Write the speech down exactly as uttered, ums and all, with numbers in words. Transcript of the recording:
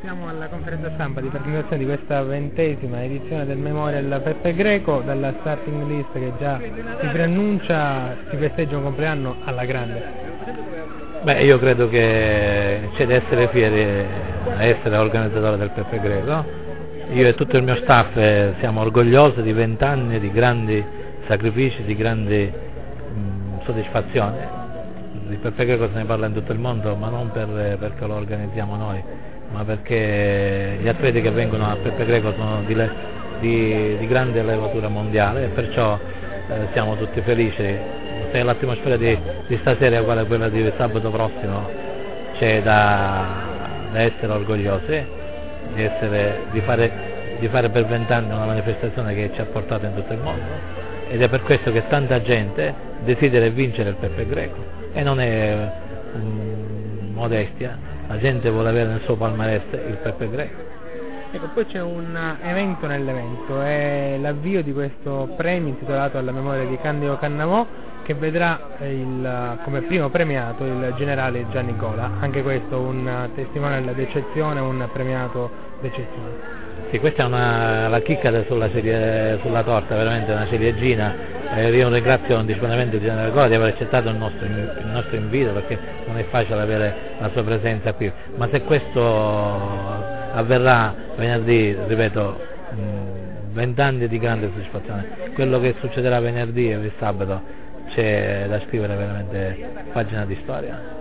Siamo alla conferenza stampa di presentazione di questa ventesima edizione del Memorial Peppe Greco. Dalla starting list che già si preannuncia, si festeggia un compleanno alla grande. Beh, io credo che c'è da essere fieri a essere organizzatore del Peppe Greco. Io e tutto il mio staff siamo orgogliosi di vent'anni di grandi sacrifici, di grandi mh, soddisfazioni. Di Peppe Greco se ne parla in tutto il mondo, ma non per, perché lo organizziamo noi, ma perché gli atleti che vengono a Peppe Greco sono di, di, di grande levatura mondiale, e perciò eh, siamo tutti felici. Se l'atmosfera di, di stasera è uguale a quella di sabato prossimo, c'è da, da essere orgogliosi di, essere, di, fare, di fare per vent'anni una manifestazione che ci ha portato in tutto il mondo, ed è per questo che tanta gente desidera vincere il Peppe Greco, e non è um, modestia, la gente vuole avere nel suo palmarès il Peppe Greco. Ecco, poi c'è un evento nell'evento, è l'avvio di questo premio intitolato alla memoria di Candido Cannavò, che vedrà il, come primo premiato il generale Giannicola. Anche questo un testimone d'eccezione, un premiato d'eccezione. Sì, questa è una, la chicca sulla, serie, sulla torta, veramente una ciliegina. Eh, io ringrazio anticipatamente il generale Cola di aver accettato il nostro, il nostro invito, perché non è facile avere la sua presenza qui, ma se questo avverrà venerdì, ripeto, vent'anni di grande soddisfazione. Quello che succederà venerdì e il sabato c'è da scrivere veramente pagina di storia.